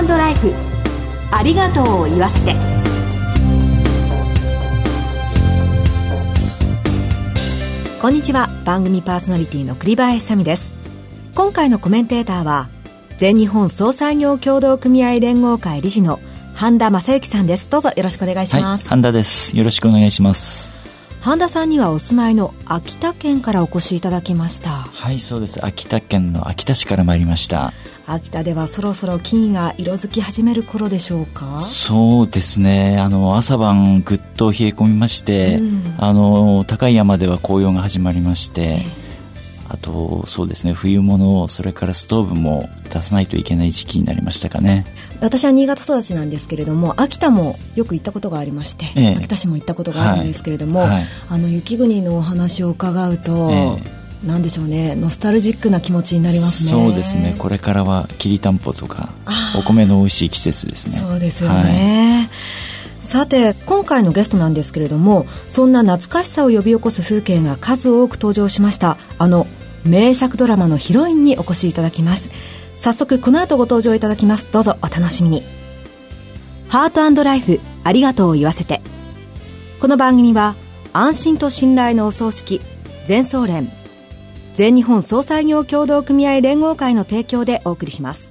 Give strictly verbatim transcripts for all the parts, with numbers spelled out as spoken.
ト&ライフ、ありがとうを言わせて。こんにちは、番組パーソナリティの栗林さみです。今回のコメンテーターは全日本総裁業協同組合連合会理事の半田正幸さんです。どうぞよろしくお願いします。 はい、半田です。よろしくお願いします。 半田さんにはお住まいの秋田県からお越しいただきました。 はい、そうです。秋田県の秋田市から参りました。 秋田ではそろそろ木々が色づき始める頃でしょうか。 そうですね、あの朝晩ぐっと冷え込みまして、うん、あの高い山では紅葉が始まりまして、えーあとそうですね、冬物をそれからストーブも出さないといけない時期になりましたかね。 私は新潟育ちなんですけれども、秋田もよく行ったことがありまして、ええ、秋田市も行ったことがあるんですけれども、はいはい、あの雪国のお話を伺うと、ええ、なんでしょうね、ノスタルジックな気持ちになりますね。 そうですね、これからはきりたんぽとかお米の美味しい季節ですね。 そうですよね、はい。さて今回のゲストなんですけれども、そんな懐かしさを呼び起こす風景が数多く登場しましたあの名作ドラマのヒロインにお越しいただきます。早速この後ご登場いただきます。どうぞお楽しみに。ハート&ライフ、ありがとうを言わせて。この番組は安心と信頼のお葬式全総連、全日本総裁業協同組合連合会の提供でお送りします。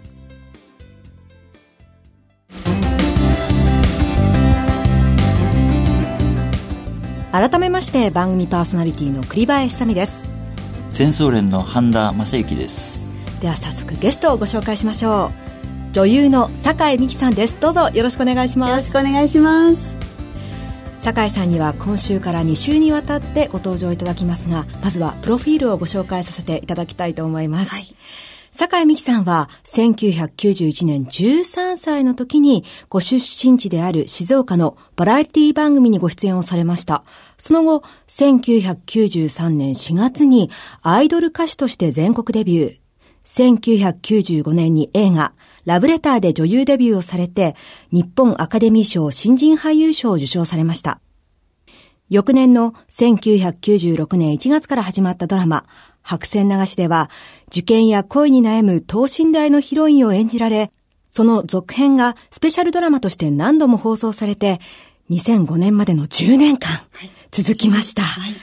改めまして番組パーソナリティの栗林さみです。 全総連の半田正幸です。 では早速ゲストをご紹介しましょう。女優の酒井美紀さんです。どうぞよろしくお願いします。 よろしくお願いします。 酒井さんには今週からに週にわたってご登場いただきますが、まずはプロフィールをご紹介させていただきたいと思います、はい。酒井美紀さんはせんきゅうひゃくきゅうじゅういちねんじゅうさんさいの時にご出身地である静岡のバラエティ番組にご出演をされました。その後せんきゅうひゃくきゅうじゅうさんねんしがつにアイドル歌手として全国デビュー。せんきゅうひゃくきゅうじゅうごねんに映画ラブレターで女優デビューをされて、日本アカデミー賞新人俳優賞を受賞されました。翌年のせんきゅうひゃくきゅうじゅうろくねんいちがつから始まったドラマ白線流しでは、受験や恋に悩む等身大のヒロインを演じられ、その続編がスペシャルドラマとして何度も放送されて、にせんごねんまでのじゅうねんかん続きました、はいはい、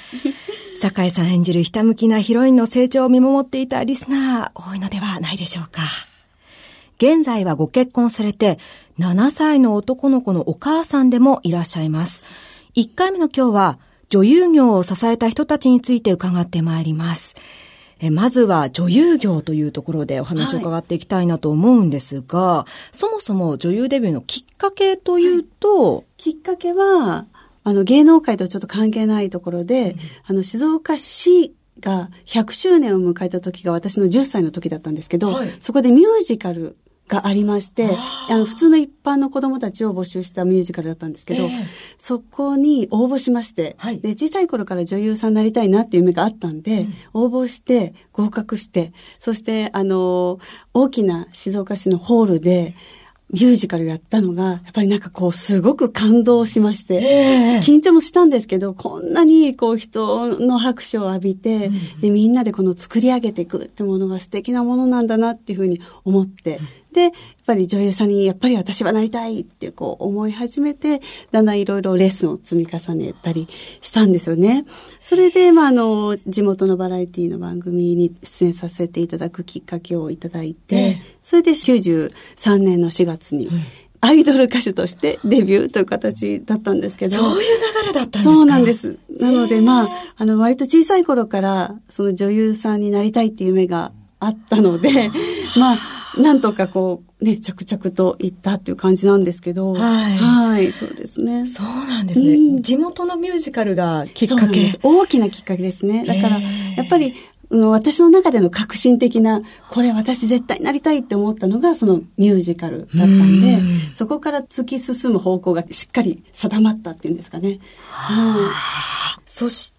酒井さん演じるひたむきなヒロインの成長を見守っていたリスナー多いのではないでしょうか。現在はご結婚されてななさいの男の子のお母さんでもいらっしゃいます。いっかいめの今日は女優業を支えた人たちについて伺ってまいります。えまずは女優業というところでお話を伺っていきたいなと思うんですが、はい、そもそも女優デビューのきっかけというと、はい、 きっかけはあの芸能界とちょっと関係ないところで、うん、あの静岡市がひゃくしゅうねんを迎えた時が私のじゅっさいの時だったんですけど、はい、そこでミュージカルがありまして、あの普通の一般の子供たちを募集したミュージカルだったんですけど、えー、そこに応募しまして、はい、で小さい頃から女優さんになりたいなっていう夢があったんで、うん、応募して合格して、そしてあの大きな静岡市のホールでミュージカルやったのがやっぱりなんかこうすごく感動しまして、えー、緊張もしたんですけど、こんなにこう人の拍手を浴びて、うん、でみんなでこの作り上げていくってものが素敵なものなんだなっていうふうに思って、うん、でやっぱり女優さんにやっぱり私はなりたいってこう思い始めて、だんだんいろいろレッスンを積み重ねたりしたんですよね。それでまああの地元のバラエティの番組に出演させていただくきっかけをいただいて、えー、それできゅうじゅうさんねんのしがつにアイドル歌手としてデビューという形だったんですけど、 そういう流れだったんですか。 そうなんです。なのでまああの割と小さい頃からその女優さんになりたいっていう夢があったので、まあなんとかこうね着々といったっていう感じなんですけど、はい、はい、そうですね。 そうなんですね、うん。地元のミュージカルがきっかけ、 大きなきっかけですね。だからやっぱり私の中での革新的な、これ私絶対なりたいって思ったのがそのミュージカルだったんで、んそこから突き進む方向がしっかり定まったっていうんですかね。はあ、 そして、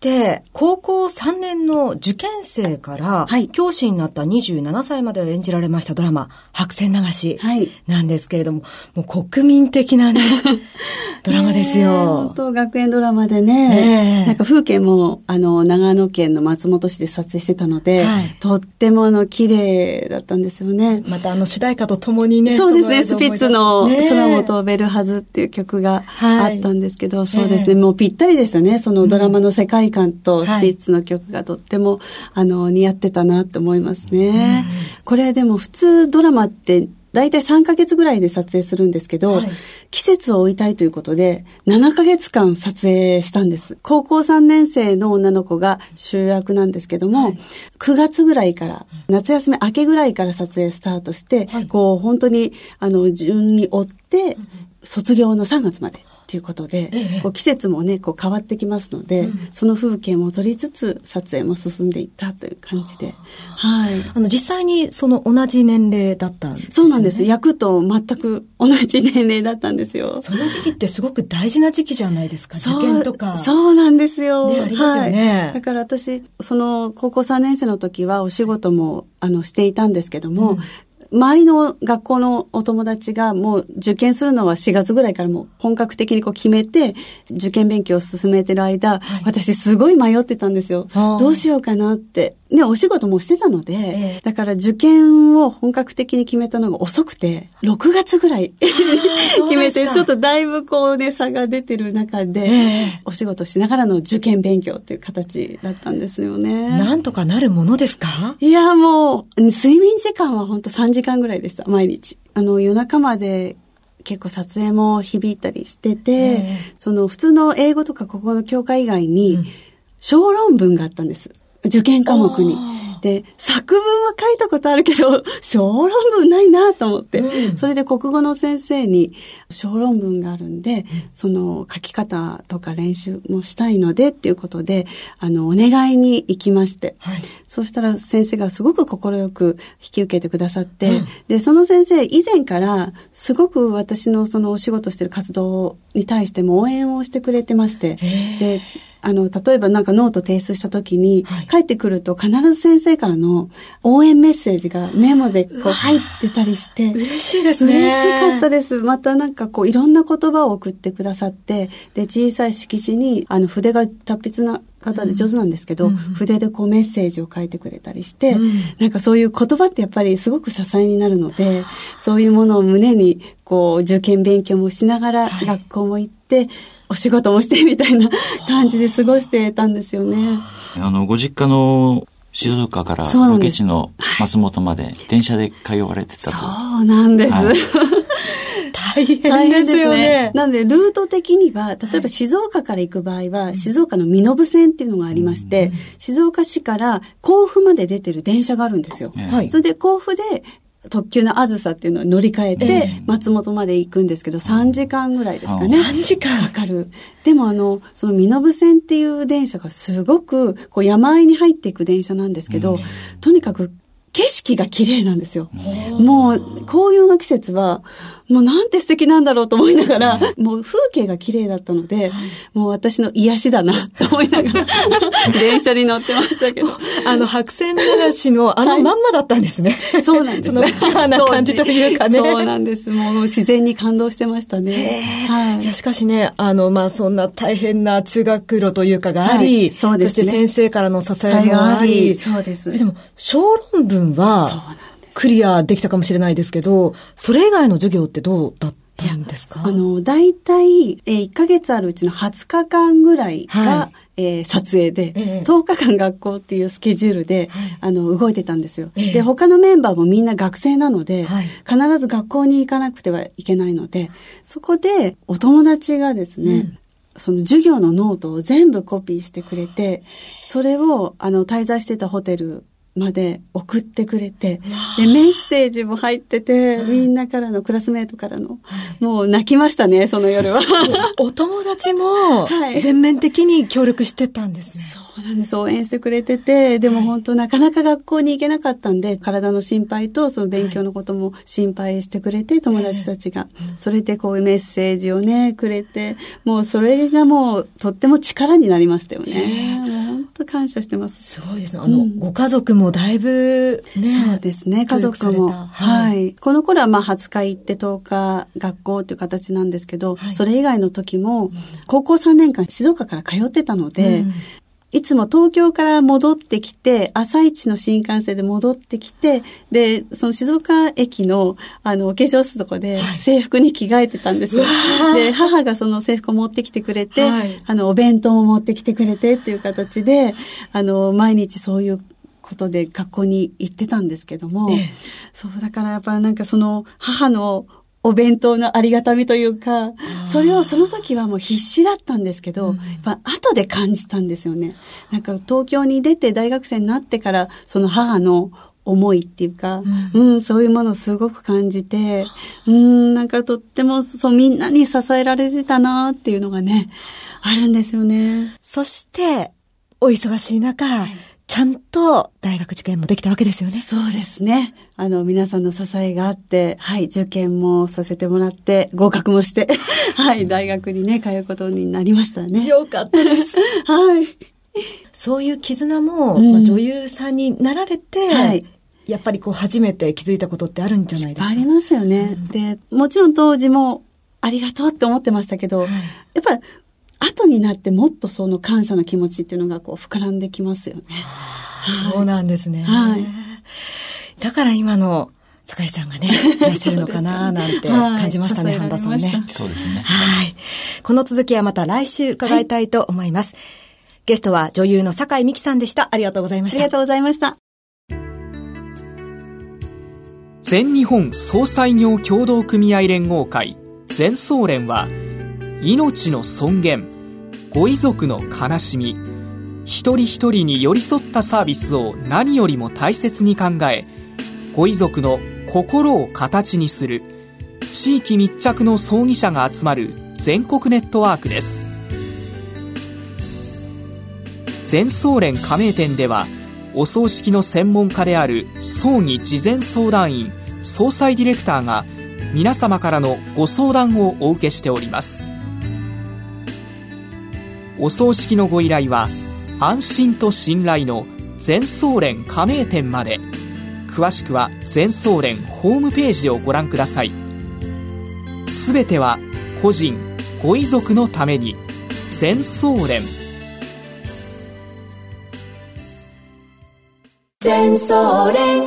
高校さんねんの受験生から、はい、教師になったにじゅうななさいまでを演じられましたドラマ、白線流しなんですけれども、はい、もう国民的なね、ドラマですよ。 本当、学園ドラマでね、なんか風景も、あの、長野県の松本市で撮影してたので、はい、とってもあの、綺麗だったんですよね。 またあの、主題歌とともにね、 そうですね、スピッツの空も飛べるはずっていう曲があったんですけど、はい、そうですね、もうぴったりでしたね、そのドラマの世界観とスピッツの曲がとっても、はい、あの似合ってたなって思いますね。これでも普通ドラマってだいたいさんかげつぐらいで撮影するんですけど、はい、季節を追いたいということでななかげつかん撮影したんです。高校さんねん生の女の子が主役なんですけども、はい、くがつぐらいから夏休み明けぐらいから撮影スタートして、はい、こう本当にあの順に追って卒業のさんがつまでということで、ええ、こう季節もねこう変わってきますので、うん、その風景も撮りつつ撮影も進んでいったという感じで、はい、 あの実際にその同じ年齢だったんですね。 そうなんです。役と全く同じ年齢だったんですよ。 その時期ってすごく大事な時期じゃないですか。受験とか。 そうなんですよ。 ね、ありますよね。 はい、だから私その高校さんねん生の時はお仕事もあのしていたんですけども、うん、周りの学校のお友達がもう受験するのはしがつぐらいからもう本格的にこう決めて受験勉強を進めてる間、はい、私すごい迷ってたんですよ。どうしようかなって。ね、お仕事もしてたので、えー、だから受験を本格的に決めたのが遅くて、ろくがつぐらい決めて、ちょっとだいぶこうね、差が出てる中で、えー、お仕事しながらの受験勉強という形だったんですよね。 なんとかなるものですか？ いや、もう、睡眠時間は本当さんじかんぐらいでした、毎日。あの、夜中まで、結構撮影も響いたりしてて、えー、その普通の英語とか国語の教科以外に、小論文があったんです。受験科目に。で、作文は書いたことあるけど、小論文ないなと思って、うん、それで国語の先生に小論文があるんで、うん、その書き方とか練習もしたいのでっていうことで、あの、お願いに行きまして、はい、そうしたら先生がすごく快く引き受けてくださって、うん、で、その先生以前からすごく私のそのお仕事してる活動に対しても応援をしてくれてまして、で、あの、例えばなんかノート提出した時に、はい、帰ってくると必ず先生からの応援メッセージがメモでこう入ってたりして、 嬉しいですね。 嬉しかったです。またなんかこういろんな言葉を送ってくださって、で、小さい色紙に、あの、筆が達筆な方で上手なんですけど、うんうん、筆でこうメッセージを書いてくれたりして、うん、なんかそういう言葉ってやっぱりすごく支えになるので、そういうものを胸にこう受験勉強もしながら学校も行って、はい、お仕事もしてみたいな感じで過ごしてたんですよね。 あのご実家の静岡からロケ地の松本まで電車で通われてたと。 そうなんです。はい、 大変ですよね。 なんでルート的には例えば静岡から行く場合は静岡の身延線っていうのがありまして、うん、静岡市から甲府まで出てる電車があるんですよ。はい、それで甲府で特急のあずさっていうのを乗り換えて松本まで行くんですけど、さんじかんぐらいですかね。 さんじかんかかる。でもあの、その身延線っていう電車がすごくこう山あいに入っていく電車なんですけど、とにかく景色が綺麗なんですよ。もう紅葉の季節はもうなんて素敵なんだろうと思いながら、もう風景が綺麗だったので、もう私の癒しだなと思いながら電車に乗ってましたけど、 あの白線流しのあのまんまだったんですね。 はい、そうなんです。 そのピュアな感じというかね。 そうなんです。もう自然に感動してましたね。 はい。いやしかしね、あのまあそんな大変な通学路というかがあり、はい、そうですね、そして先生からの支えもあり、 そうです。 でも小論文はクリアできたかもしれないですけど、それ以外の授業ってどうだったんですか？ あの、だいたい、えー、いっかげつあるうちのはつかかんぐらいが、はい、えー、撮影で、えー、とおかかん学校っていうスケジュールで、はい、あの、動いてたんですよ。えー、で、他のメンバーもみんな学生なので、はい、必ず学校に行かなくてはいけないので、そこでお友達がですね、うん、その授業のノートを全部コピーしてくれて、それを、あの、滞在してたホテルまで送ってくれて、で、メッセージも入ってて、みんなからの、クラスメートからの、もう泣きましたね、その夜は。 お友達も全面的に協力してたんですね。 そうそうなんです。応援してくれてて、でも本当なかなか学校に行けなかったんで、体の心配とその勉強のことも心配してくれて、友達たちが。それでこういうメッセージをね、くれて、もうそれがもうとっても力になりましたよね。本当感謝してます。 すごいですね。あの、うん、ご家族もだいぶね。 そうですね。家族も。はい。はい、この頃はまあはつか行ってとおか学校という形なんですけど、はい、それ以外の時も、高校さんねんかん静岡から通ってたので、うん、いつも東京から戻ってきて、朝一の新幹線で戻ってきて、で、その静岡駅の、あの、お化粧室とかで制服に着替えてたんですよ。はい、で、母がその制服を持ってきてくれて、はい、あの、お弁当も持ってきてくれてっていう形で、あの、毎日そういうことで学校に行ってたんですけども、ええ、そうだからやっぱなんかその母のお弁当のありがたみというか、それをその時はもう必死だったんですけど、うん、やっぱ後で感じたんですよね。なんか東京に出て大学生になってからその母の思いっていうか、うん、うん、そういうものをすごく感じて、うん、なんかとってもそうみんなに支えられてたなっていうのがね、あるんですよね。 そして、お忙しい中、はい、ちゃんと大学受験もできたわけですよね。 そうですね。あの、皆さんの支えがあって、はい、受験もさせてもらって、合格もして、はい、大学にね、通うことになりましたね。 よかったです。はい。そういう絆も、うんまあ、女優さんになられて、はい、やっぱりこう初めて気づいたことってあるんじゃないですか。 ありますよね。うん、で、もちろん当時もありがとうって思ってましたけど、はい、やっぱり後になってもっとその感謝の気持ちっていうのがこう膨らんできますよね。 そうなんですね。はい。だから今の坂井さんがね、いらっしゃるのかななんて感じましたね、半田さんね。 そうですね。 はい。この続きはまた来週伺いたいと思います。はい、ゲストは女優の坂井美紀さんでした。ありがとうございました。 ありがとうございました。 全日本総裁業協同組合連合会全総連は、命の尊厳、ご遺族の悲しみ、一人一人に寄り添ったサービスを何よりも大切に考え、ご遺族の心を形にする地域密着の葬儀社が集まる全国ネットワークです。全総連加盟店では、お葬式の専門家である葬儀事前相談員、葬祭ディレクターが皆様からのご相談をお受けしております。お葬式のご依頼は安心と信頼の全総連加盟店まで。詳しくは全総連ホームページをご覧ください。すべては個人ご遺族のために。全総連。 全総連。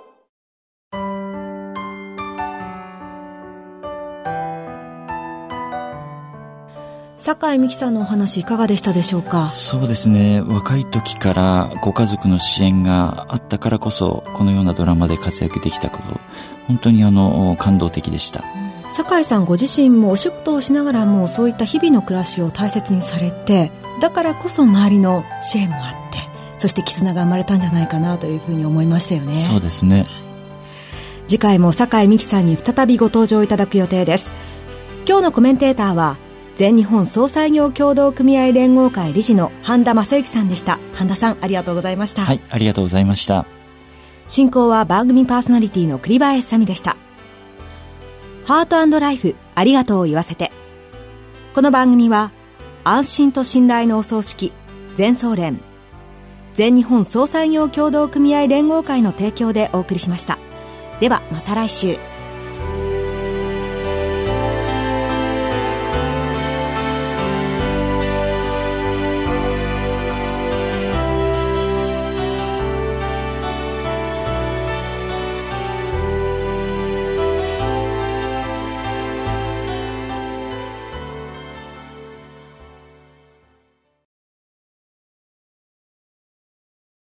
坂井美紀さんのお話いかがでしたでしょうか。 そうですね、若い時からご家族の支援があったからこそこのようなドラマで活躍できたこと、本当にあの感動的でした。 坂井さんご自身もお仕事をしながらもそういった日々の暮らしを大切にされて、だからこそ周りの支援もあって、そして絆が生まれたんじゃないかなというふうに思いましたよね。 そうですね。 次回も坂井美紀さんに再びご登場いただく予定です。今日のコメンテーターは全日本総裁業協同組合連合会理事の半田正幸さんでした。半田さん、ありがとうございました。 はい、ありがとうございました。 進行は番組パーソナリティの栗林さみでした。ハート&ライフ、ありがとうを言わせて。この番組は安心と信頼のお葬式全総連、全日本総裁業協同組合連合会の提供でお送りしました。ではまた来週。